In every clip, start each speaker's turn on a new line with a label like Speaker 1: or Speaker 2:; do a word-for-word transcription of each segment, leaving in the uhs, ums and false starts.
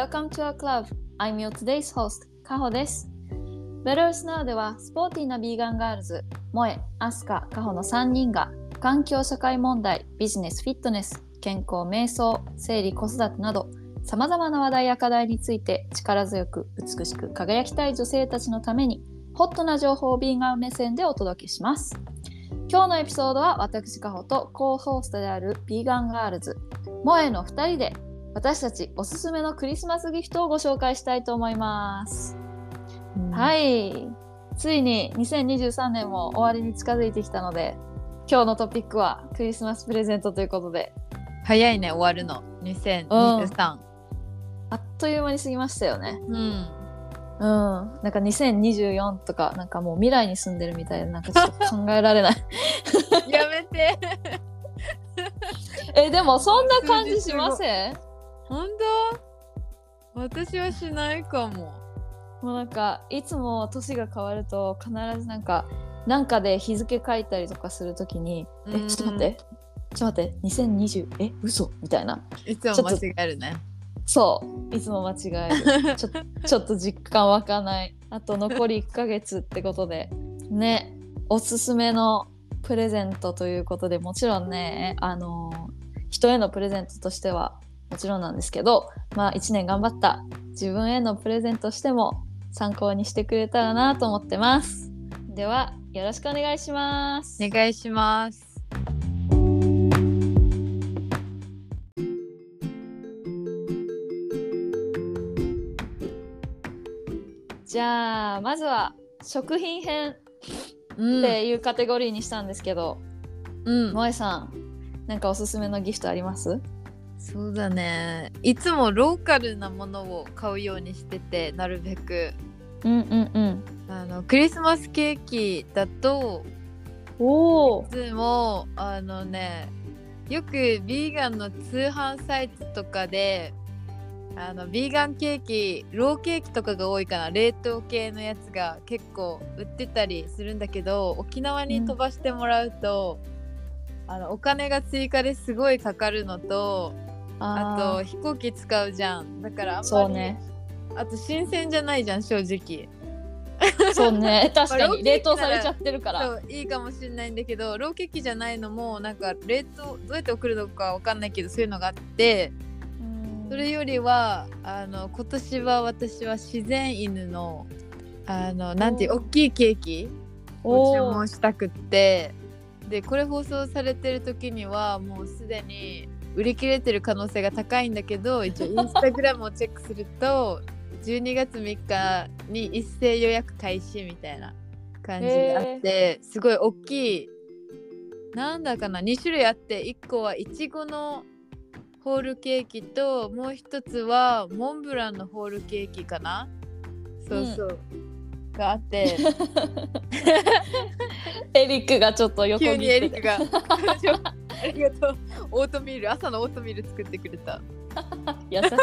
Speaker 1: Welcome to our club. I'm your today's host, かほです。Betters Now ではスポーティーなビーガンガールズ、萌え、アスカ、かほのさんにんが環境社会問題、ビジネス、フィットネス、健康、瞑想、生理、子育てなどさまざまな話題や課題について力強く美しく輝きたい女性たちのためにホットな情報をビーガン目線でお届けします。今日のエピソードは私かほとコーホーストであるビーガンガールズ萌えのふたりで私たちおすすめのクリスマスギフトをご紹介したいと思います、うん、はいついににせんにじゅうさんねんも終わりに近づいてきたので今日のトピックはクリスマスプレゼントということで
Speaker 2: 早いね終わるのにせんにじゅうさん、うん、
Speaker 1: あっという間に過ぎましたよね。
Speaker 2: うん
Speaker 1: うん、なんかにせんにじゅうよんとかなんかもう未来に住んでるみたいでなんかちょっと考えられない
Speaker 2: やめて
Speaker 1: えでもそんな感じしません？
Speaker 2: 本当？私はしないかも。
Speaker 1: もうなんかいつも年が変わると必ずなんかなんかで日付書いたりとかするときに、うん、えちょっと待ってちょっと待ってにせんにじゅうえ嘘みたいない
Speaker 2: つも間違えるね。
Speaker 1: そういつも間違えるちょ, ちょっと実感湧かない。あと残りいっかげつってことでねおすすめのプレゼントということでもちろんねあの人へのプレゼントとしてはもちろんなんですけどまあいちねん頑張った自分へのプレゼントしても参考にしてくれたらなと思ってます。ではよろしくお願いします。
Speaker 2: お願いします。
Speaker 1: じゃあまずは食品編っていうカテゴリーにしたんですけど、うん、萌さんなんかおすすめのギフトあります？
Speaker 2: そうだねいつもローカルなものを買うようにしててなるべく
Speaker 1: うんうんうん
Speaker 2: あのクリスマスケーキだと
Speaker 1: お
Speaker 2: いつもあのねよくビーガンの通販サイトとかであのビーガンケーキローケーキとかが多いかな冷凍系のやつが結構売ってたりするんだけど沖縄に飛ばしてもらうと、うん、あのお金が追加ですごいかかるのと あ, あと飛行機使うじゃんだからあんまり
Speaker 1: そうね
Speaker 2: あと新鮮じゃないじゃん正直
Speaker 1: そうね確かに冷凍されちゃってるから
Speaker 2: そういいかもしれないんだけどローケーキじゃないのもなんか冷凍どうやって送るのかわかんないけどそういうのがあってそれよりはあの今年は私は自然犬のあのなんていう大きいケーキを注文したくってでこれ放送されてる時にはもうすでに売り切れてる可能性が高いんだけど一応インスタグラムをチェックするとじゅうにがつみっかに一斉予約開始みたいな感じであってすごい大きいなんだかなに種類あっていっこはいちごのホールケーキともう一つはモンブランのホールケーキかなそうそう、うん、があって
Speaker 1: エリックがちょっと横
Speaker 2: に急にエリックがありがとうオートミール朝のオートミール作ってくれた
Speaker 1: 優しい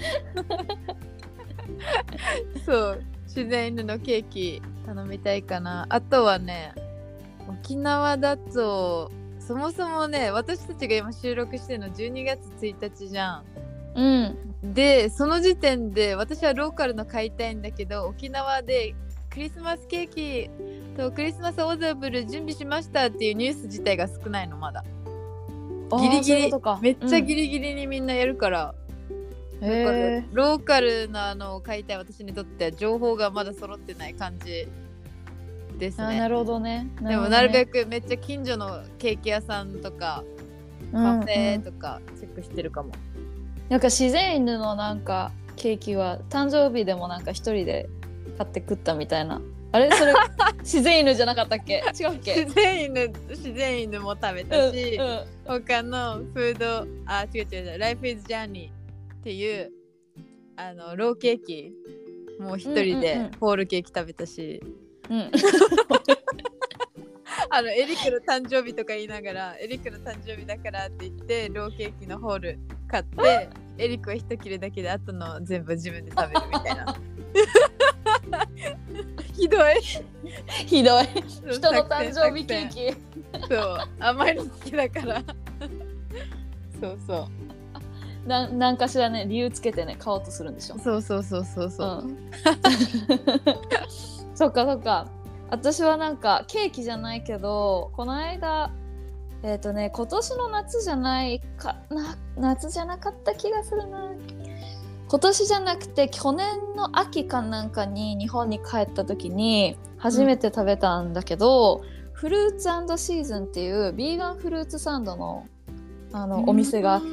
Speaker 2: そう自然犬のケーキ頼みたいかな。あとはね沖縄だとそもそもね私たちが今収録してるのじゅうにがつついたちじゃん、
Speaker 1: うん、
Speaker 2: でその時点で私はローカルの買いたいんだけど沖縄でクリスマスケーキとクリスマスオーザブル準備しましたっていうニュース自体が少ないのまだギリギリめっちゃギリギリにみんなやるから、うん、へーローカルなのを買いたい私にとっては情報がまだ揃ってない感じですね。
Speaker 1: あなるほどね。
Speaker 2: でもなるべくめっちゃ近所のケーキ屋さんとかカフェとかチェックしてるかも、うんうん、
Speaker 1: なんか自然犬のなんかケーキは誕生日でもなんか一人で買って食ったみたいなあれそれ自然犬じゃなかったっけ違うっけ
Speaker 2: 自然犬自然犬も食べたし、うんうん、他のフードあ違う違う違う Life is Journey っていうあのローケーキもう一人でホールケーキ食べたし、うんうんうんあのエリックの誕生日とか言いながらエリックの誕生日だからって言ってローケーキのホール買ってエリックは一切れだけであとの全部自分で食べるみたいなひどい
Speaker 1: ひどい人の誕生日ケーキ
Speaker 2: そう甘いの好きだからそうそう
Speaker 1: ななんかしらね理由つけてね買おうとするんでしょ。
Speaker 2: そうそうそうそうそう、
Speaker 1: うん、そっかそっか。私はなんかケーキじゃないけどこの間えっ、ー、とね今年の夏じゃないかな、夏じゃなかった気がするな。今年じゃなくて去年の秋かなんかに日本に帰った時に初めて食べたんだけど、うん、フルーツ&シーズンっていうビーガンフルーツサンドの、あのお店があって、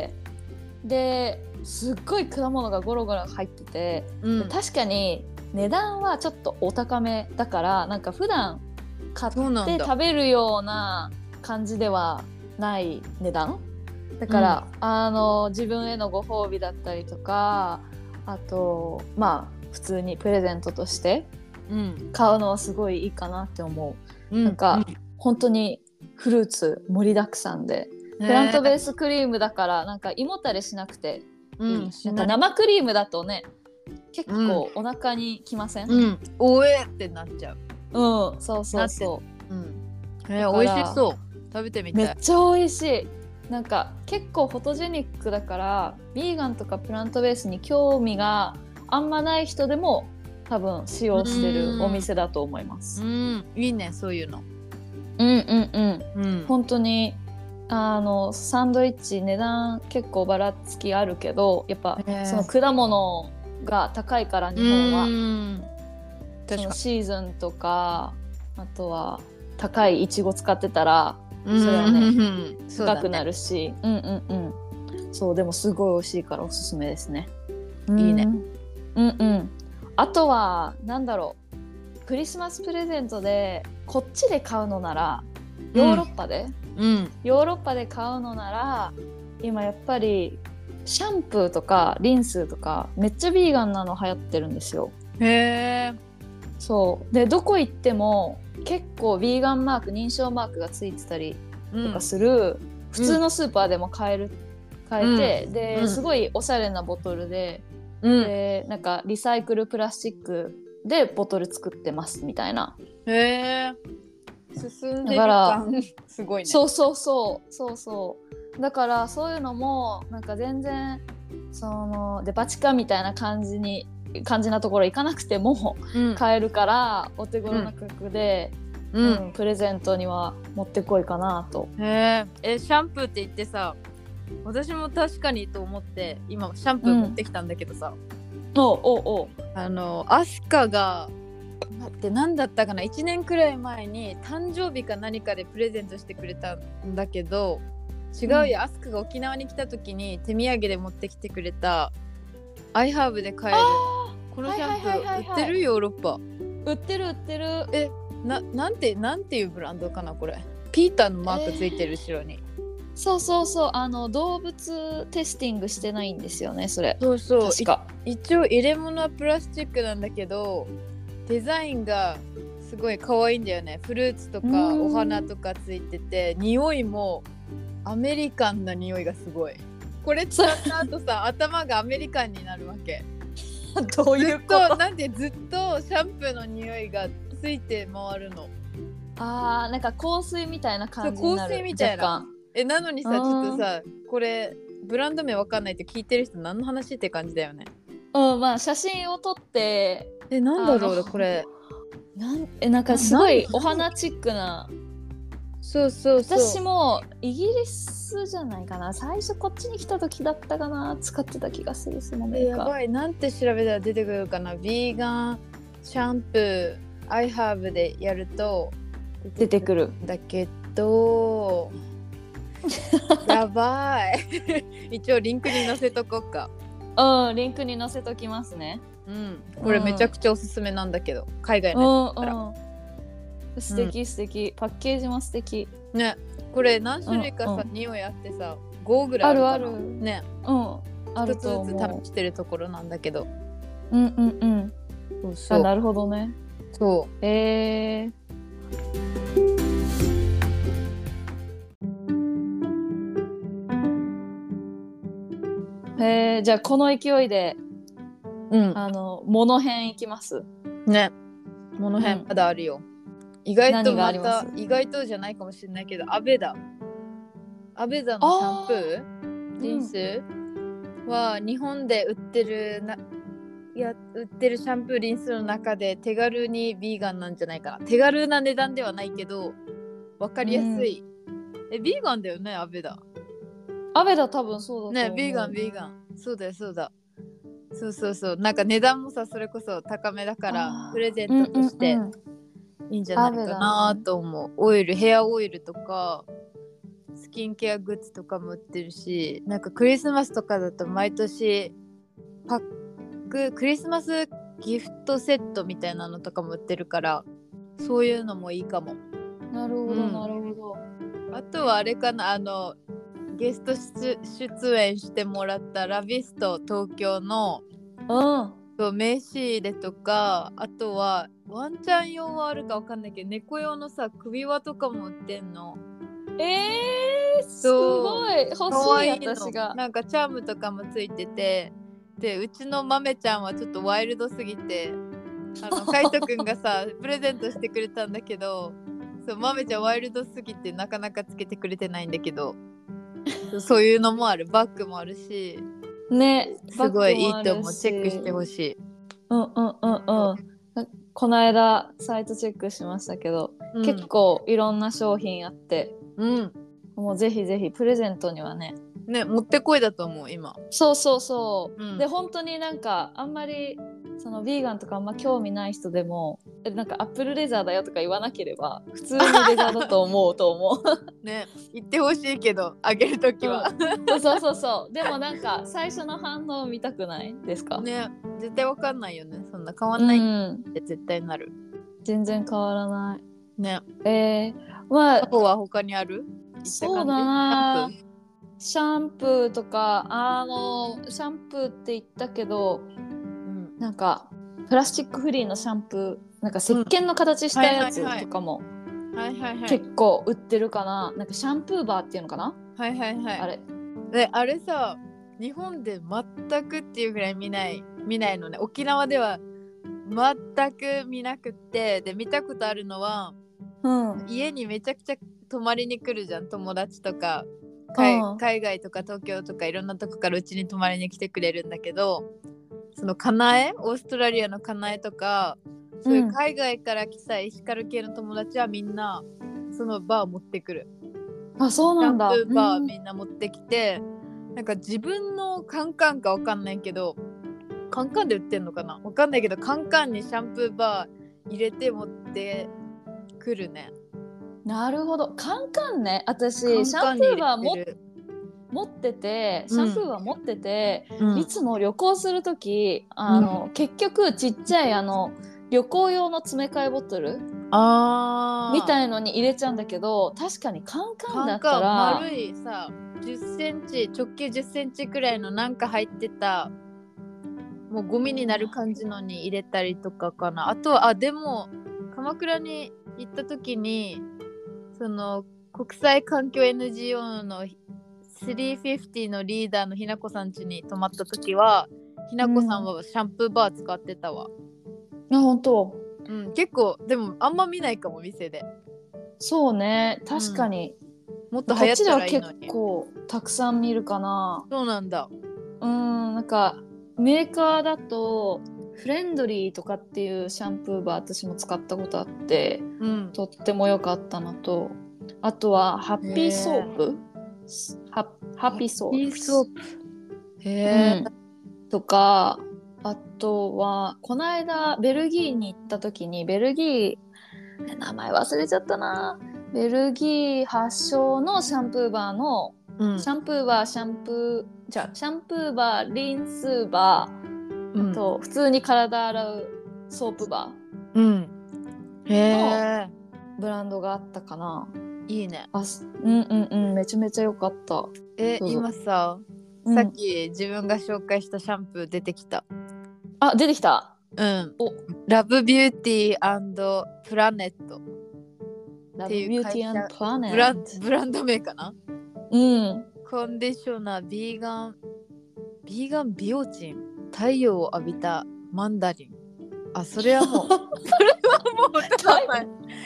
Speaker 1: ですっごい果物がゴロゴロ入ってて、うん、確かに値段はちょっとお高めだからなんか普段買って食べるような感じではない値段だから、うん、あの自分へのご褒美だったりとかあとまあ普通にプレゼントとして買うのはすごいいいかなって思う、うん、なんか、うん、本当にフルーツ盛りだくさんでプラントベースクリームだからなんか胃もたれしなくていい、うん、なんか生クリームだとね結構お腹にきません？
Speaker 2: うん、おえってなっちゃう。
Speaker 1: うん、そうそうそう、うん、
Speaker 2: えー、美味しそう。食べてみたい。
Speaker 1: めっちゃ美味しい。なんか結構フォトジェニックだからビーガンとかプラントベースに興味があんまない人でも多分使用してるお店だと思います。
Speaker 2: うん、いいねそういうの。
Speaker 1: うんうんうん、うん、本当にあのサンドイッチ値段結構ばらつきあるけどやっぱその果物が高いから日本は、うん、そのシーズンとかあとは高いイチゴ使ってたらそれはね、うん、高くなるし、う、ね、うんうんうんそうでもすごい美味しいからおすすめですね。
Speaker 2: いいね。
Speaker 1: うんうん。あとはなんだろうクリスマスプレゼントでこっちで買うのならヨーロッパで、うん、ヨーロッパで買うのなら今やっぱりシャンプーとかリンスとかめっちゃビーガンなの流行ってるんですよ。
Speaker 2: へー。
Speaker 1: そうでどこ行っても結構ビーガンマーク認証マークがついてたりとかする、うん、普通のスーパーでも買える、買えて、うん、で、うん、すごいおしゃれなボトルで、うん、でなんかリサイクルプラスチックでボトル作ってますみたいな。
Speaker 2: へー進んでる感すごいね。
Speaker 1: そうそうそうそうそうだからそういうのもなんか全然そのデパ地下みたいな感じに感じなところ行かなくても買えるから、うん、お手頃な価格で、うんうん、プレゼントにはもってこいかなと。
Speaker 2: へえ、シャンプーって言ってさ私も確かにと思って今シャンプー持ってきたんだけどさ、
Speaker 1: うん、おうおうおう
Speaker 2: あのアスカが待って何だったかないちねんくらい前に誕生日か何かでプレゼントしてくれたんだけど違うよ、うん、アスカが沖縄に来た時に手土産で持ってきてくれたアイハーブで買えるこのシャンプー売ってるヨーロッパ
Speaker 1: 売ってる売ってる。
Speaker 2: えななんてなんていうブランドかなこれピーターのマークついてる後ろに、えー、
Speaker 1: そうそうそうあの動物テスティングしてないんですよねそれ。
Speaker 2: そうそう
Speaker 1: 確か
Speaker 2: 一応入れ物はプラスチックなんだけどデザインがすごい可愛いんだよね。フルーツとかお花とかついてて匂いもアメリカンな匂いがすごい。これ使った後さ頭がアメリカンになるわけ。
Speaker 1: どういうこと？
Speaker 2: ずっとなんでずっとシャンプーの匂いがついて回るの。
Speaker 1: あーなんか香水みたいな感じになる。
Speaker 2: そう香水みたいな。えなのにさちょっとさこれブランド名わかんないって聞いてる人何の話って感じだよね。
Speaker 1: うんまあ写真を撮って
Speaker 2: えなんだろうこれ
Speaker 1: なんえなんかすごいお花チックな。
Speaker 2: そうそうそう
Speaker 1: 私もイギリスじゃないかな最初こっちに来た時だったかな使ってた気がするそのメーカー。
Speaker 2: やばいなんて調べたら出てくるかな。ビーガンシャンプーアイハーブでやると
Speaker 1: 出てくる
Speaker 2: んだけどやばい一応リンクに載せとこうか。
Speaker 1: うんリンクに載せときますね。
Speaker 2: うんこれめちゃくちゃおすすめなんだけど、うん、海外のやつだったら、
Speaker 1: うんうん、素敵素敵、うん、パッケージも素敵
Speaker 2: ね。これ何種類かさ、うんうん、匂いあってさごぐらいあるかな。
Speaker 1: あるある
Speaker 2: ね。
Speaker 1: うんあると思う。
Speaker 2: 一つずつ試してるところなんだけど
Speaker 1: うんうんうん
Speaker 2: そうそう
Speaker 1: あなるほどね。
Speaker 2: そう
Speaker 1: えーへーじゃあこの勢いで、うん、あのモノ編いきます
Speaker 2: ね。モノ編まだあるよ、うん、意外とまた意外とじゃないかもしれないけどアベダアベダのシャンプーリンス、うは日本で売ってるないや売ってるシャンプーリンスの中で手軽にビーガンなんじゃないかな。手軽な値段ではないけど分かりやすい、うん、えビーガンだよね。アベダ
Speaker 1: アベダ多分そうだと思う
Speaker 2: ね。ビーガンビーガンそうだよそうだそうそうそう。なんか値段もさそれこそ高めだからプレゼントとしていいんじゃないかなと思う、うんうんうん、オイルヘアオイルとかスキンケアグッズとかも売ってるし、なんかクリスマスとかだと毎年パッククリスマスギフトセットみたいなのとかも売ってるから、そういうのもいいかも。
Speaker 1: なるほど、うん、なるほど。
Speaker 2: あとはあれかな、あのゲスト 出, 出演してもらったラビスト東京の、うん、名刺入れとか、あとはワンちゃん用はあるかわかんないけど猫用のさ首輪とかも売ってんの。
Speaker 1: えー、すごい欲しい。私が
Speaker 2: なんかチャームとかもついてて、でうちの豆ちゃんはちょっとワイルドすぎて、あのカイトくんがさプレゼントしてくれたんだけど、そう豆ちゃんワイルドすぎてなかなかつけてくれてないんだけどそういうのもある。バッグもあるし
Speaker 1: ね、
Speaker 2: すごいいいと思う。チェックしてほしい。
Speaker 1: うんうんうんうん。この間サイトチェックしましたけど、うん、結構いろんな商品あって、うん、もうぜひぜひプレゼントにはね
Speaker 2: ね、もってこいだと思う今。
Speaker 1: そうそうそう、うん、で本当になんかあんまりそのビーガンとかあんま興味ない人でもなんかアップルレザーだよとか言わなければ普通にレザーだと思うと思う
Speaker 2: ね、言ってほしいけどあげるときは、
Speaker 1: うん、そうそうそう。でもなんか最初の反応見たくないですか
Speaker 2: ね。絶対わかんないよね。そんな変わんないって絶対なる、
Speaker 1: うん、全然変わらない
Speaker 2: ね。
Speaker 1: えー、まあ
Speaker 2: 過去は他にある？
Speaker 1: そうだな、シャンプーとかあのシャンプーって言ったけど、うん、なんかプラスチックフリーのシャンプー、なんか石鹸の形したやつとかも結構売ってるかな。なんかシャンプーバーっていうのかな。
Speaker 2: はいはいはい。あれであれさ日本で全くっていうぐらい見ない見ないのね。沖縄では全く見なくって、で見たことあるのは、うん、家にめちゃくちゃ泊まりに来るじゃん、友達とか。海, 海外とか東京とかいろんなとこからうちに泊まりに来てくれるんだけど、そのカナエオーストラリアのカナエとかそういう海外から来たエシカル系の友達はみんなそのバー持ってくる。
Speaker 1: あ、そうなんだ。
Speaker 2: シャンプーバーみんな持ってきて、うん、なんか自分のカンカンかわかんないけど、カンカンで売ってんのかなわかんないけど、カンカンにシャンプーバー入れて持ってくるね。
Speaker 1: なるほど、カンカンね。私シャンプーバーも持ってて、シャンプーバー持ってて、うん、いつも旅行するときあの、うん、結局ちっちゃいあの旅行用の詰め替えボトルあみたいのに入れちゃうんだけど、確かにカンカンだったら
Speaker 2: カンカン丸いさじゅっセンチ直径じゅっセンチくらいのなんか入ってたもうゴミになる感じのに入れたりとかかな。あとはあでも鎌倉に行ったときにその国際環境 エヌジーオー のスリーフィフティのリーダーのひなこさん家に泊まった時は、ひなこさんはシャンプーバー使ってたわ。
Speaker 1: うん、あ、本当。
Speaker 2: うん、結構でもあんま見ないかも店で。
Speaker 1: そうね、確かに、うん、もっと流行ったらいいのに。こっちでは結構たくさん見るかな。
Speaker 2: そうなんだ。
Speaker 1: うん、なんかメーカーだとフレンドリーとかっていうシャンプーバー私も使ったことあって、うん、とっても良かったのと、あとはハッピーソープ、ハ, ハッピーソープソープへー、うん、とか、あとはこの間ベルギーに行った時に、ベルギー名前忘れちゃったな、ベルギー発祥のシャンプーバーの、うん、シャンプーバーシャンプーじゃシャンプーバーリンスバー、うん、と普通に体洗うソープバー、うん、へーのブランドがあったかな。
Speaker 2: いいね。
Speaker 1: あ、うんうんうん、めちゃめちゃ良かった。
Speaker 2: え、今さ、うん、さっき自分が紹介したシャンプー出てきた。
Speaker 1: あ、出てきた。
Speaker 2: うん。お、ラブビューティー&プラネットっていう会社、ブラン、ブランド名かな。うん。コンディショナー、ビーガン、ビーガンビオチン、太陽を浴びたマンダリン。あ、それはもうそれはもう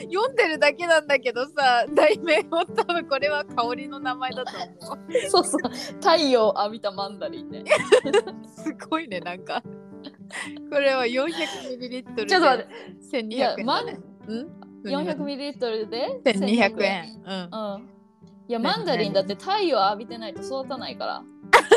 Speaker 2: 読んでるだけなんだけどさ、題名を多分これは香りの名前だと思う。
Speaker 1: そうそう、太陽を浴びたマンダリンね。
Speaker 2: すごいね、なんかこれは よんひゃくミリリットル で
Speaker 1: ちょっと待って、
Speaker 2: せんにひゃくえんだね。
Speaker 1: うん、よんひゃくミリリットル で
Speaker 2: せんにひゃくえん。うん。
Speaker 1: うん。いや、マンダリンだって太陽浴びてないと育たないから。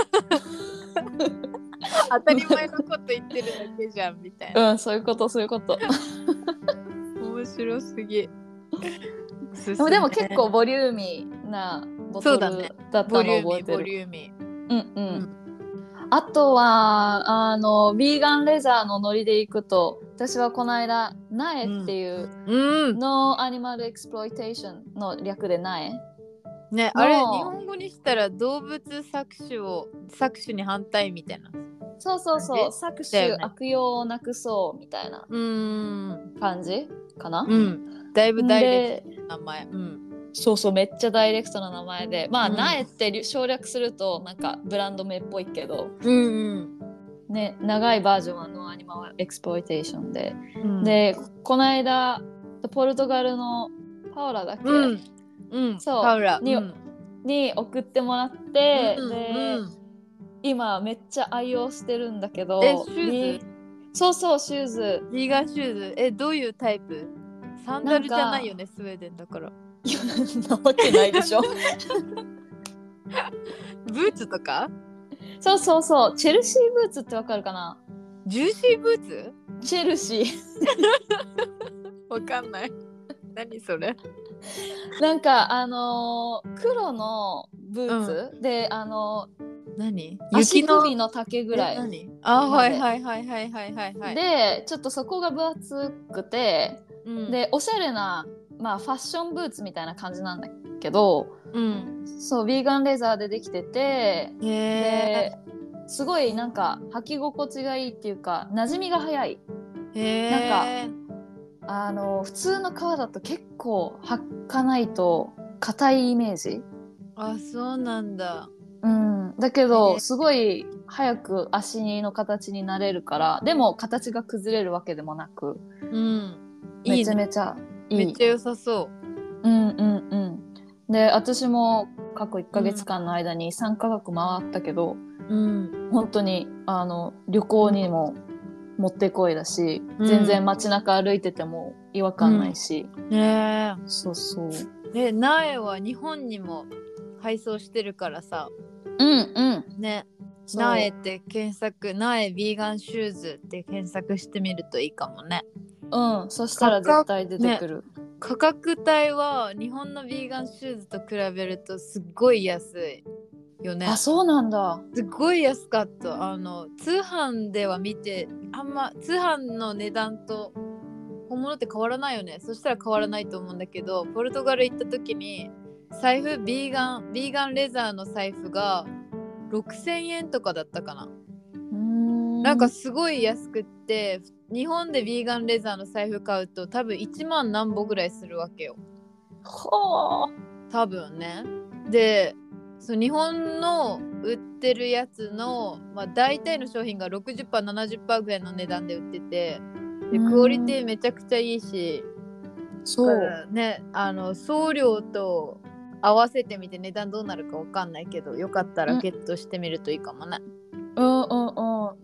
Speaker 2: 当たり前のこと言ってるだけじゃんみたいな。
Speaker 1: うん、そういうことそういうこと。
Speaker 2: 面白すぎ。
Speaker 1: でもでも結構ボリューミーなボトルだったの覚えてる。
Speaker 2: ボリューミー、ボリューミー。
Speaker 1: うんうん。うん、あとはあのビーガンレザーのノリでいくと、私はこの間苗っていう、うん、ノーアニマルエクスプロイテーションの略で苗
Speaker 2: ね、あれ日本語にしたら動物搾取を搾取に反対みたいな。
Speaker 1: そうそうそう、搾取、ね、悪用をなくそうみたいな感じかな。
Speaker 2: うん、だいぶダイレクトな名前。うん、
Speaker 1: そうそう、めっちゃダイレクトな名前で、まあ、うん、苗って省略するとなんかブランド名っぽいけど、うんうんね、長いバージョンはノーアニマルエクスプロイテーションで、うん、でこの間ポルトガルのパオラだっけ、うんうん、そうパウラに、うん、に送ってもらって、うん、で、うん、今めっちゃ愛用してるんだけど。
Speaker 2: え、シューズ？
Speaker 1: そうそう、シューズ。
Speaker 2: ビーガンシューズ。え、どういうタイプ？サンダルじゃないよね、スウェーデンだから。
Speaker 1: いや、なわけないでしょ。
Speaker 2: ブーツとか？
Speaker 1: そうそうそう、チェルシーブーツってわかるかな？
Speaker 2: ジューシーブーツ？
Speaker 1: チェルシー。
Speaker 2: わかんない。何それ？
Speaker 1: なんかあのー、黒のブーツ、うん、であの
Speaker 2: ー、何？
Speaker 1: 足首の丈ぐらい。
Speaker 2: 何？あ、はいはいはいはいはいはいはい。
Speaker 1: でちょっとそこが分厚くて、うん、でおしゃれな、まあ、ファッションブーツみたいな感じなんだけど、うん、そうビーガンレザーでできてて、ですごいなんか履き心地がいいっていうか馴染みが早い。へなんかあの普通の革だと結構履かないと硬いイメージ。
Speaker 2: あ、そうなんだ。
Speaker 1: うん、だけどすごい早く足の形になれるから、でも形が崩れるわけでもなく、うん、めちゃめちゃいい、
Speaker 2: めっちゃ良さそう。
Speaker 1: うんうんうん。で私も過去いっかげつかんの間にさんカ国回ったけど、うん、本当にあの旅行にももってこいだし、うん、全然街中歩いてても違和感ないし、うん、ねえ、そうそう。
Speaker 2: で苗は日本にも配送してるからさ、
Speaker 1: うんうん
Speaker 2: ね、苗って検索、苗ビーガンシューズって検索してみるといいかもね。
Speaker 1: うん、そしたら絶対出てくる。
Speaker 2: ね、価格帯は日本のビーガンシューズと比べるとすっごい安いよね。
Speaker 1: あ、そうなんだ。
Speaker 2: すっごい安かった。あの通販では見てあんま通販の値段と本物って変わらないよね。そしたら変わらないと思うんだけど、ポルトガル行った時に財布ビーガンビーガンレザーの財布がろくせんえんとかだったかな。うーん、なんかすごい安くって、日本でビーガンレザーの財布買うと多分いちまん何ぼぐらいするわけよ。
Speaker 1: はあ、
Speaker 2: 多分ね。でそう日本の売ってるやつの、まあ、大体の商品が ろくじゅっパーセントななじゅっパーセントぐらいの値段で売ってて、でクオリティめちゃくちゃいいし、そうね、あの送料と合わせてみて値段どうなるか分かんないけど、よかったらゲットしてみるといいかもね。
Speaker 1: うんうんうん。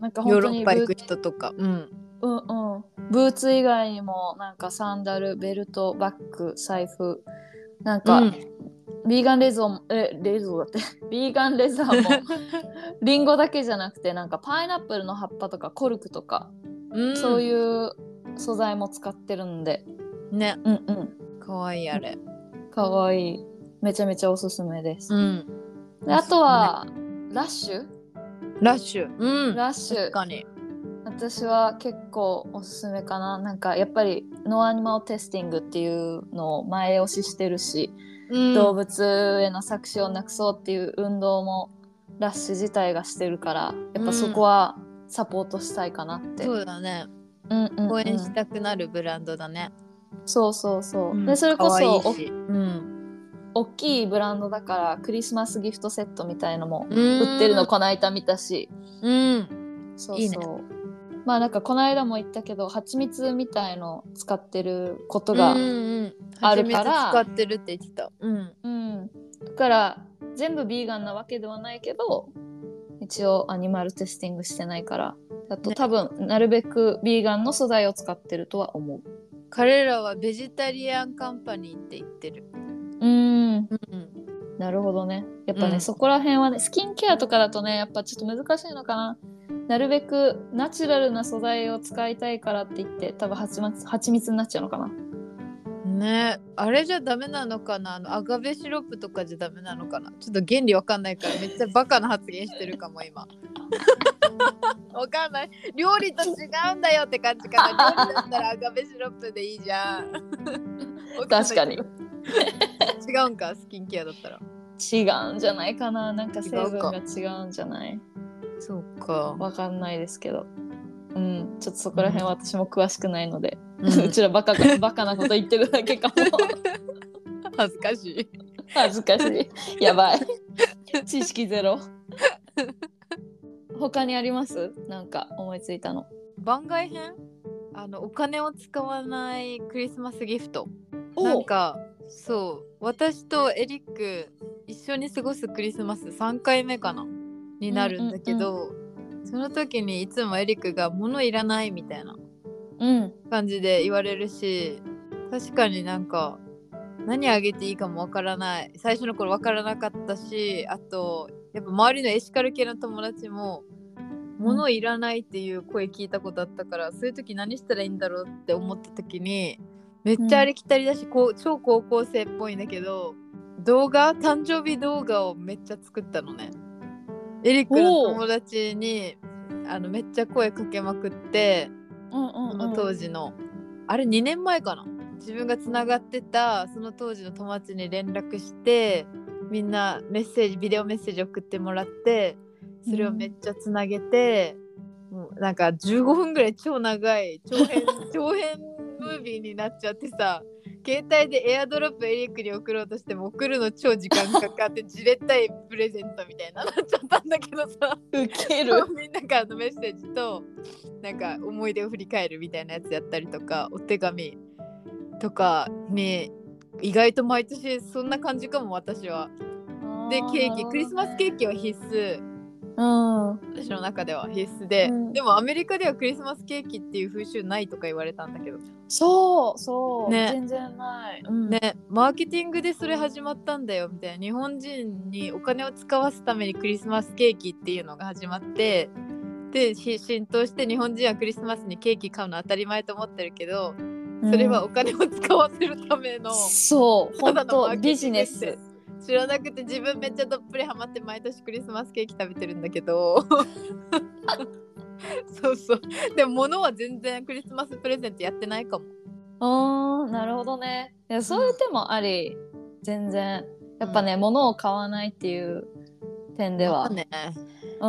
Speaker 1: なんか本当に
Speaker 2: ヨーロッパ行く人とか、うん
Speaker 1: うんうん、ブーツ以外にもなんかサンダル、ベルト、バッグ、財布、なんか、うん、ビーガンレゾーえレゾーだってビーガンレザーもリンゴだけじゃなくて、なんかパイナップルの葉っぱとかコルクとか、うん、そういう素材も使ってるんで
Speaker 2: ね、
Speaker 1: うんうん、
Speaker 2: かわいい。あれ
Speaker 1: かわいい、めちゃめちゃおすすめです、うん、であとは、ね、ラッシュ
Speaker 2: ラッシュ、うん、
Speaker 1: ラッシュ、
Speaker 2: 確かに
Speaker 1: 私は結構おすすめかな。なんかやっぱりノーアニマルテスティングっていうのを前押ししてるし、うん、動物への搾取をなくそうっていう運動もラッシュ自体がしてるから、やっぱそこはサポートしたいかなって、
Speaker 2: うん、そうだね、
Speaker 1: うんうんうん、
Speaker 2: 応援したくなるブランドだね。
Speaker 1: そうそうそう、うん、でそれこそいいし、うん、大きいブランドだからクリスマスギフトセットみたいのも売ってるのこの間見たし、
Speaker 2: うん、
Speaker 1: そうそう、いいね、 まあなんかこの間も言ったけど蜂蜜みたいの使ってることがあるから、
Speaker 2: 使ってるって言ってた、うん
Speaker 1: うん、だから全部ビーガンなわけではないけど一応アニマルテスティングしてないからあと、ね、多分なるべくビーガンの素材を使ってるとは思う。
Speaker 2: 彼らはベジタリアンカンパニーって言ってる。
Speaker 1: うーん、
Speaker 2: うん、
Speaker 1: なるほどね。やっぱね、うん、そこら辺はねスキンケアとかだとねやっぱちょっと難しいのかな。なるべくナチュラルな素材を使いたいからって言って多分蜂蜜、蜂蜜になっちゃうのかな。
Speaker 2: ね、あれじゃダメなのかな、あのアガベシロップとかじゃダメなのかな。ちょっと原理わかんないからめっちゃバカな発言してるかも今。わかんない。料理と違うんだよって感じかな。料理だったらアガベシロップでいいじゃん。
Speaker 1: 確かに。
Speaker 2: 違うんか、スキンケアだったら。
Speaker 1: 違うんじゃないかな。なんか成分が違うんじゃない。
Speaker 2: そうか。
Speaker 1: わかんないですけど。うん、ちょっとそこら辺は私も詳しくないので、うん、うちらバカかバカなこと言ってるだけかも。
Speaker 2: 恥ずかしい。
Speaker 1: 恥ずかしい。やばい。知識ゼロ。他にあります？なんか思いついたの。
Speaker 2: 番外編？あのお金を使わないクリスマスギフト。なんかそう私とエリック一緒に過ごすクリスマスさんかいめかなになるんだけど、うんうんうん、その時にいつもエリックが物いらないみたいな感じで言われるし、うん、確かになんか何あげていいかもわからない。最初の頃わからなかったし、あとやっぱ周りのエシカル系の友達も物いらないっていう声聞いたことあったから、うん、そういう時何したらいいんだろうって思った時にめっちゃありきたりだし、うん、こう超高校生っぽいんだけど動画誕生日動画をめっちゃ作ったのね。エリックの友達にあのめっちゃ声かけまくって、うんうんうん、その当時のあれにねんまえかな、自分がつながってたその当時の友達に連絡してみんなメッセージビデオメッセージ送ってもらってそれをめっちゃつなげて、うん、もうなんかじゅうごふんぐらい超長い長編長編ムービーになっちゃってさ、携帯でエアドロップエリックに送ろうとしても送るの超時間かかってじれったいプレゼントみたいななっちゃったんだけどさ、
Speaker 1: ウケる。
Speaker 2: みんなからのメッセージとなんか思い出を振り返るみたいなやつやったりとかお手紙とかに意外と毎年そんな感じかも私は。でケーキクリスマスケーキは必須、うん、私の中では必須で、うん、でもアメリカではクリスマスケーキっていう風習ないとか言われたんだけど、
Speaker 1: そうそう、ね、全然ない、うん、
Speaker 2: ね、マーケティングでそれ始まったんだよみたいな、日本人にお金を使わすためにクリスマスケーキっていうのが始まってで浸透して日本人はクリスマスにケーキ買うの当たり前と思ってるけどそれはお金を使わせるための、うん、
Speaker 1: そう本当ビジネス
Speaker 2: 知らなくて自分めっちゃどっぷりハマって毎年クリスマスケーキ食べてるんだけどそうそうでも物は全然クリスマスプレゼントやってないかも。
Speaker 1: あーなるほほどね。いやそういう手もあり、うん、全然やっぱね、うん、物を買わないっていう点では、
Speaker 2: ね、うん、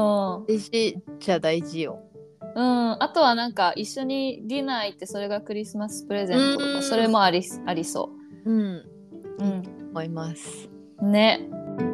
Speaker 2: 大事じゃ大事よ。
Speaker 1: うん、あとはなんか一緒にディナー行ってそれがクリスマスプレゼントとかそれもあり、ありそう。
Speaker 2: うん、うん、思います
Speaker 1: ね。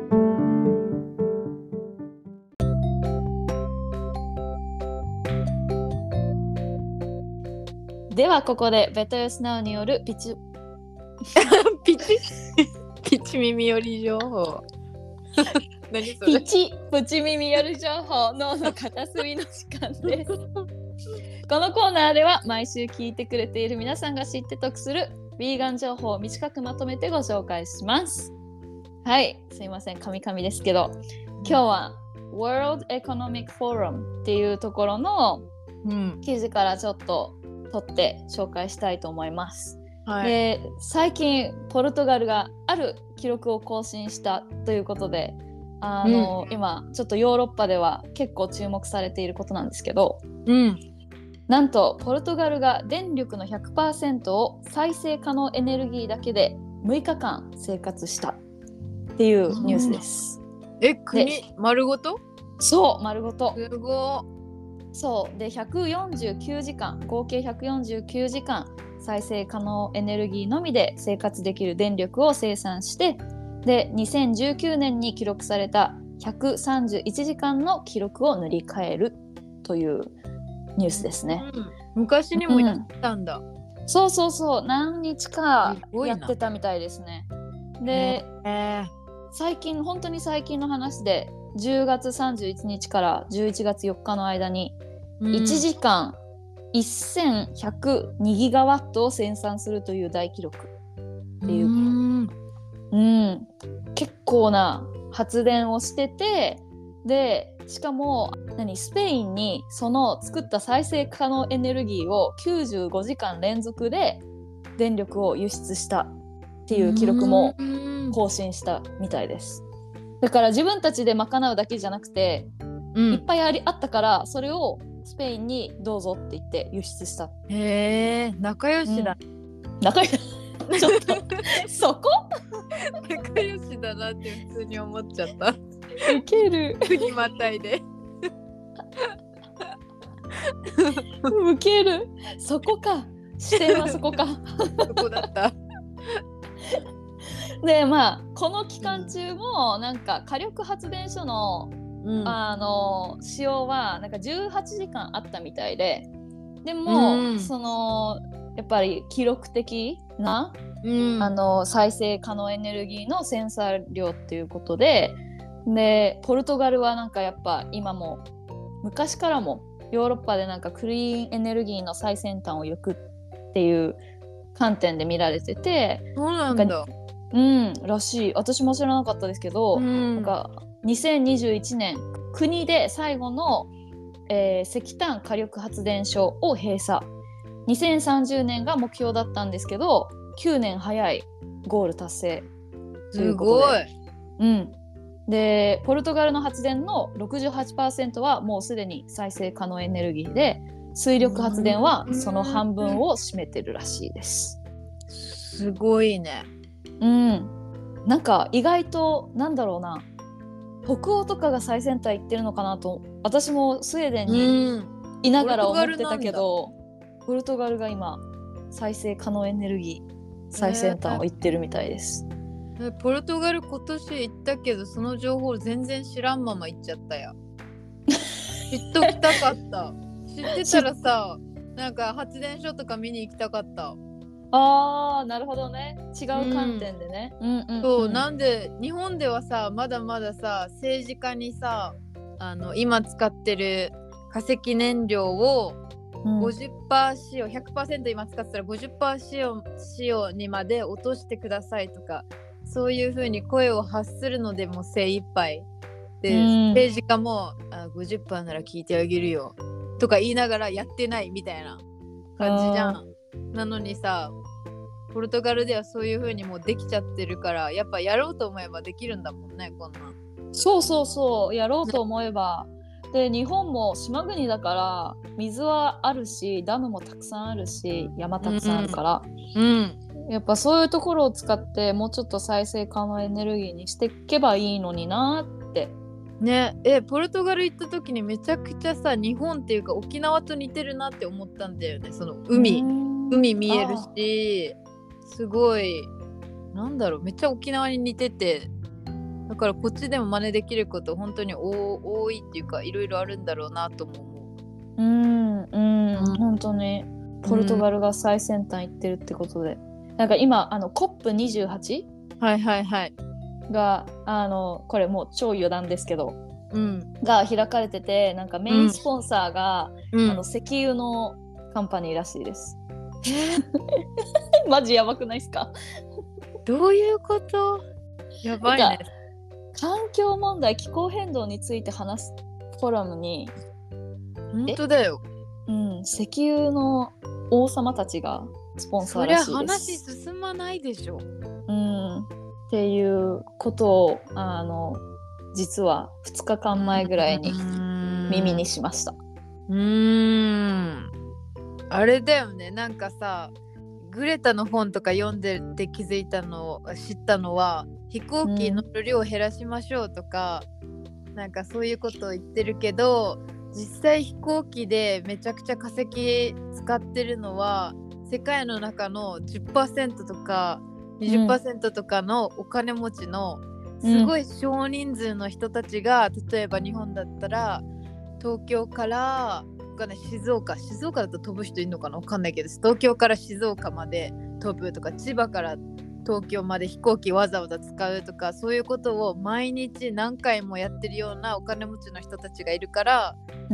Speaker 1: ではここでベトヨスナウによるピチ
Speaker 2: ピチピチ耳寄り情報何それ
Speaker 1: ピチプチ耳寄り情報脳の片隅の時間ですこのコーナーでは毎週聞いてくれている皆さんが知って得するヴィーガン情報を短くまとめてご紹介します。はい、すいませんカミカミですけど今日は World Economic Forum っていうところの記事からちょっと取って紹介したいと思います、はい、で最近ポルトガルがある記録を更新したということであの、うん、今ちょっとヨーロッパでは結構注目されていることなんですけど、うん、なんとポルトガルが電力の ひゃくパーセント を再生可能エネルギーだけでむいかかん生活したっていうニュースです、
Speaker 2: うん、え国丸ごと？
Speaker 1: そう丸ごと
Speaker 2: すごい。
Speaker 1: そうでひゃくよんじゅうきゅうじかん合計ひゃくよんじゅうきゅうじかん再生可能エネルギーのみで生活できる電力を生産してでにせんじゅうきゅうねんに記録されたひゃくさんじゅういちじかんの記録を塗り替えるというニュースですね、
Speaker 2: うん、昔にもやったんだ、
Speaker 1: うん、そうそうそう何日かやってたみたいですね。で、
Speaker 2: えー、
Speaker 1: 最近本当に最近の話でじゅうがつさんじゅういちにちからじゅういちがつよっかの間にいちじかんせんひゃくにギガワットを生産するという大記録っていう、うんうん、結構な発電をしてて、でしかも何スペインにその作った再生可能エネルギーをきゅうじゅうごじかん連続で電力を輸出したっていう記録も更新したみたいです。だから自分たちで賄うだけじゃなくて、うん、いっぱいありあったからそれをスペインにどうぞって言って輸出した。
Speaker 2: へえ、仲良しだ、
Speaker 1: うん、仲良しちょっとそこ
Speaker 2: 仲良しだなって普通に思っちゃった。
Speaker 1: ウケる。
Speaker 2: 国またいで
Speaker 1: ウケる。そこか、視点はそこか
Speaker 2: そこだった
Speaker 1: でまあこの期間中もなんか火力発電所の、うん、あの使用はなんかじゅうはちじかんあったみたいで、でも、うん、そのやっぱり記録的な、うん、あの再生可能エネルギーの生産量っていうことで、でポルトガルはなんかやっぱ今も昔からもヨーロッパでなんかクリーンエネルギーの最先端を行くっていう観点で見られてて、
Speaker 2: そうなんだ。なんか
Speaker 1: うんらしい。私も知らなかったですけど、うん、なんかにせんにじゅういちねん国で最後の、えー、石炭火力発電所を閉鎖、にせんさんじゅうねんが目標だったんですけどきゅうねん早いゴール達成ということで、すごい、うん、でポルトガルの発電の ろくじゅうはちパーセント はもうすでに再生可能エネルギーで、水力発電はその半分を占めてるらしいです。
Speaker 2: すごいね。
Speaker 1: うん、なんか意外となんだろうな、北欧とかが最先端行ってるのかなと私もスウェーデンにいながら思ってたけど、ポルトガルが今再生可能エネルギー最先端を行ってるみたいです、
Speaker 2: えー、ポルトガル今年行ったけどその情報全然知らんまま行っちゃったや知っときたかった知ってたらさなんか発電所とか見に行きたかった。
Speaker 1: あーなるほどね、違う観点でね、うんうんうんうん、
Speaker 2: そうなんで日本ではさまだまださ政治家にさあの今使ってる化石燃料を ごじゅっパーセント 使用 ひゃくパーセント 今使ってたら ごじゅっパーセント 使用、使用にまで落としてくださいとかそういう風に声を発するのでも精一杯で、うん、政治家もあ ごじゅっパーセント なら聞いてあげるよとか言いながらやってないみたいな感じじゃん。なのにさポルトガルではそういう風にもうできちゃってるからやっぱやろうと思えばできるんだもんねこんな。
Speaker 1: そうそうそうやろうと思えば、ね、で日本も島国だから水はあるしダムもたくさんあるし山たくさんあるから、うんうん、やっぱそういうところを使ってもうちょっと再生可能エネルギーにしていけばいいのになって
Speaker 2: ね。えポルトガル行った時にめちゃくちゃさ日本っていうか沖縄と似てるなって思ったんだよね。その海海見えるしすごいなんだろうめっちゃ沖縄に似ててだからこっちでも真似できること本当に多いっていうかいろいろあるんだろうなとも思
Speaker 1: う。うんうん、うん、本当にポルトガルが最先端行ってるってことで、うん、なんか今あの コップにじゅうはち
Speaker 2: はいはいはい
Speaker 1: があのこれもう超余談ですけど、うん、が開かれててなんかメインスポンサーが、うん、あの石油のカンパニーらしいです。マジやばくないですか？
Speaker 2: どういうこと？やばいね。
Speaker 1: 環境問題気候変動について話すフォラムに
Speaker 2: 本当だよ、
Speaker 1: うん、石油の王様たちがスポンサーらしいです。
Speaker 2: そりゃ話進まないでしょ、
Speaker 1: うん、っていうことをあの実はふつかかんまえぐらいに耳にしました。
Speaker 2: うーんあれだよねなんかさグレタの本とか読んでて気づいたの知ったのは飛行機乗る量を減らしましょうとか、うん、なんかそういうことを言ってるけど実際飛行機でめちゃくちゃ化石使ってるのは世界の中の じゅっパーセント とか にじゅっパーセント とかのお金持ちのすごい少人数の人たちが、うん、例えば日本だったら東京からかんない静岡静岡だと飛ぶ人いるのかなわかんないけど東京から静岡まで飛ぶとか千葉から東京まで飛行機わざわざ使うとかそういうことを毎日何回もやってるようなお金持ちの人たちがいるから、
Speaker 1: うん、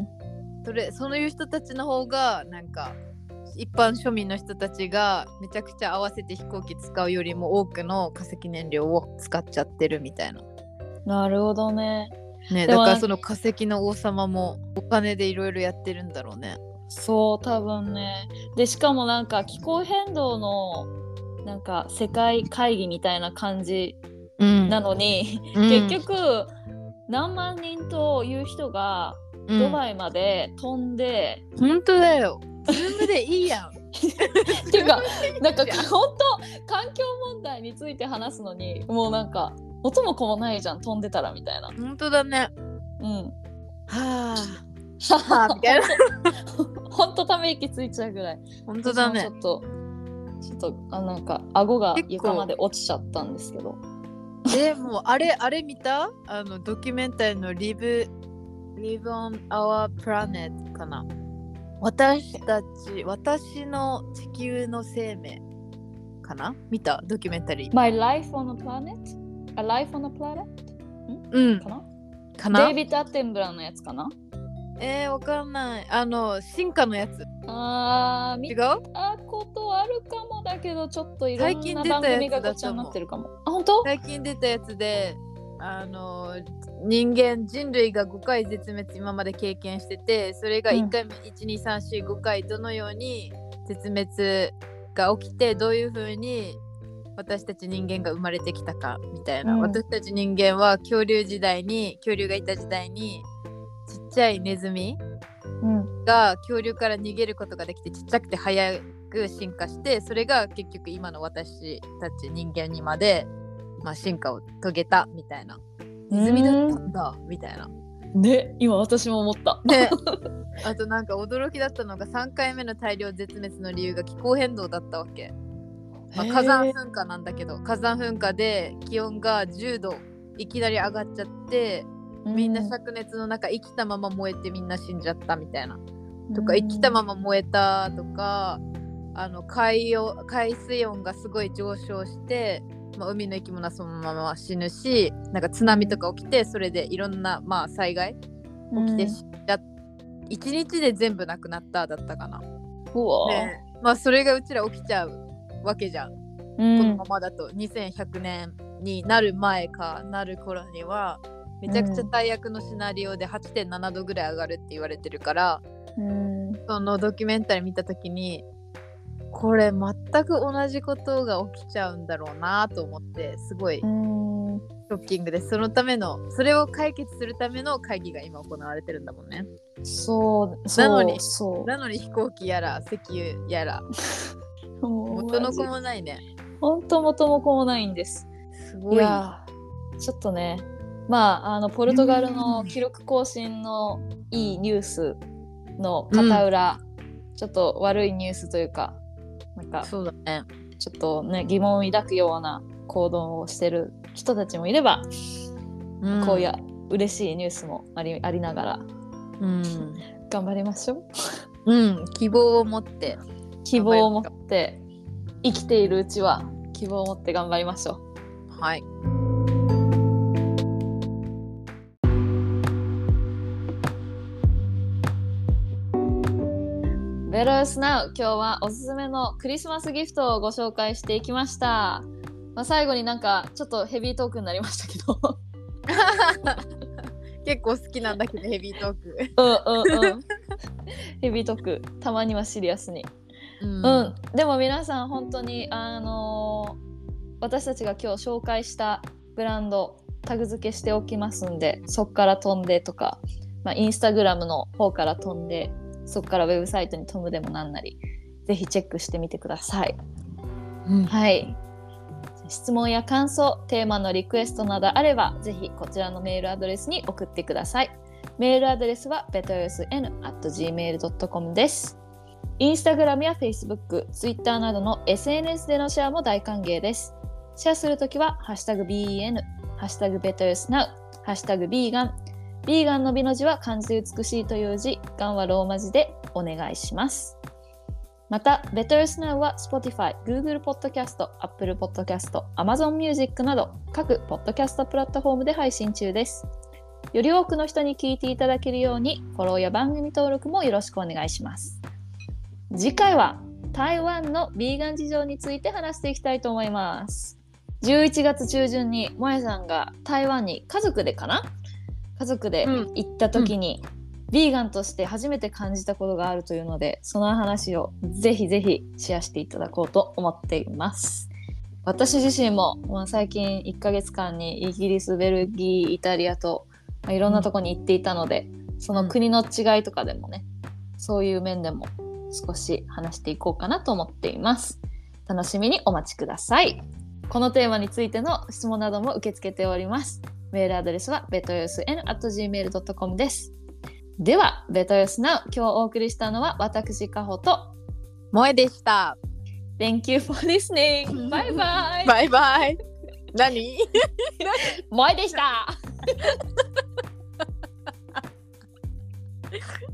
Speaker 2: それそういう人たちの方がなんか一般庶民の人たちがめちゃくちゃ合わせて飛行機使うよりも多くの化石燃料を使っちゃってるみたいな。
Speaker 1: なるほどね。
Speaker 2: ね、だからその化石の王様もお金でいろいろやってるんだろうね。
Speaker 1: そう多分ね。でしかもなんか気候変動のなんか世界会議みたいな感じなのに、うん、結局何万人という人がドバイまで飛んで、
Speaker 2: うん、本当だよ。ズームでいいやん。
Speaker 1: っていうかなんか本当環境問題について話すのにもうなんか音も子もないじゃん飛んでたらみたいな。
Speaker 2: 本当だね。
Speaker 1: うん。
Speaker 2: はあ。はあみたいな。
Speaker 1: 本当ため息ついちゃうぐらい。
Speaker 2: 本当だね。
Speaker 1: ちょっとちょっとあなんか顎が床まで落ちちゃったんですけど。
Speaker 2: でもあれあれ見た？あのドキュメンタリーの Live Live on Our Planet かな。私たち私の地球の生命かな？見たドキュメンタリー。
Speaker 1: My Life on a Planet？A Life on a Planet？
Speaker 2: うん。
Speaker 1: かな？
Speaker 2: かな？
Speaker 1: デイビッド・アッテンブラーのやつかな？
Speaker 2: えー、わかんない。あの進化のやつ。
Speaker 1: あー、
Speaker 2: 違う？
Speaker 1: 見たことあるかもだけどちょっといろんな番組がごっちゃになってるかも。あ、本当？
Speaker 2: 最近出たやつで、あの人間人類がごかい絶滅今まで経験してて、それがいっかいめ、うん、いちにさんしごかいどのように絶滅が起きてどういう風に私たち人間が生まれてきたかみたいな、うん、私たち人間は恐竜時代に恐竜がいた時代にちっちゃいネズミが恐竜から逃げることができてちっちゃくて速く進化して、それが結局今の私たち人間にまで、まあ、進化を遂げたみたいな。ネズミだったんだみたいな。
Speaker 1: ね、今私も思った。
Speaker 2: ね、あとなんか驚きだったのがさんかいめの大量絶滅の理由が気候変動だったわけ。まあ、火山噴火なんだけど火山噴火で気温がじゅうどいきなり上がっちゃってみんな灼熱の中生きたまま燃えてみんな死んじゃったみたいなとか、生きたまま燃えたとか、あの 海, 海水温がすごい上昇して、まあ、海の生き物はそのまま死ぬし、なんか津波とか起きてそれでいろんな、まあ、災害起きて死んじゃっ、いちにちで全部なくなっただったかな。
Speaker 1: うわ、
Speaker 2: ね、まあそれがうちら起きちゃうわけじゃん、うん、このままだとにせんひゃくねんになる前かなる頃にはめちゃくちゃ最悪のシナリオで はちてんななどぐらい上がるって言われてるから、うん、そのドキュメンタリー見た時にこれ全く同じことが起きちゃうんだろうなと思ってすごいショッキングです。そのためのそれを解決するための会議が今行われてるんだもんね。
Speaker 1: そう
Speaker 2: なのに
Speaker 1: そう
Speaker 2: なのに飛行機やら石油やら元の子もないね。
Speaker 1: ほんと元も子もないんです。
Speaker 2: すごい。
Speaker 1: いやちょっとね、まああのポルトガルの記録更新のいいニュースの片裏、うん、ちょっと悪いニュースというかなんか
Speaker 2: そうだね、
Speaker 1: ちょっとね疑問を抱くような行動をしてる人たちもいれば、うん、こういう嬉しいニュースもあり、ありながら、うん、頑張りましょ
Speaker 2: う。うん、希望を持って
Speaker 1: 希望を持って生きているうちは希望を持って頑張りましょ
Speaker 2: う。はい。
Speaker 1: ベロスナウ、今日はおすすめのクリスマスギフトをご紹介していきました。まあ、最後になんかちょっとヘビートークになりましたけど
Speaker 2: 結構好きなんだけどヘビートーク
Speaker 1: うんうんうんヘビートークたまにはシリアスに、うん、うん、でも皆さん本当にあのー、私たちが今日紹介したブランドタグ付けしておきますんで、そっから飛んでとか、まあ、インスタグラムの方から飛んでそっからウェブサイトに飛ぶでもなんなりぜひチェックしてみてください、うん、はい。質問や感想、テーマのリクエストなどあればぜひこちらのメールアドレスに送ってください。メールアドレスは ベトヨスエヌ アット ジーメール ドット コム です。インスタグラムや Facebook、Twitter などの エスエヌエス でのシェアも大歓迎です。シェアするときはハッシュタグ ビーイーエヌ、ハッシュタグベトヨスナウ、ハッシュタグビーガン、 ビーガンの美の字は漢字で美しいという字、ガンはローマ字でお願いします。また Better's Now は Spotify、Google Podcast、Apple Podcast、Amazon Music など各ポッドキャストプラットフォームで配信中です。より多くの人に聞いていただけるようにフォローや番組登録もよろしくお願いします。次回は台湾のビーガン事情について話していきたいと思います。じゅういちがつ中旬にもえさんが台湾に家族でかな家族で行った時に、うんビーガンとして初めて感じたことがあるというので、その話をぜひぜひシェアしていただこうと思っています。私自身も、まあ、最近いっかげつかんにイギリス、ベルギー、イタリアと、まあ、いろんなとこに行っていたので、うん、その国の違いとかでもね、そういう面でも少し話していこうかなと思っています。楽しみにお待ちください。このテーマについての質問なども受け付けております。メールアドレスは ベトヨスエヌ アット ジーメール ドット コム です。では、Better Now 今日お送りしたのは私、かほと
Speaker 2: 萌えでした。
Speaker 1: Thank you for listening. バイバイ。
Speaker 2: バイバイ。何？
Speaker 1: 萌えでした。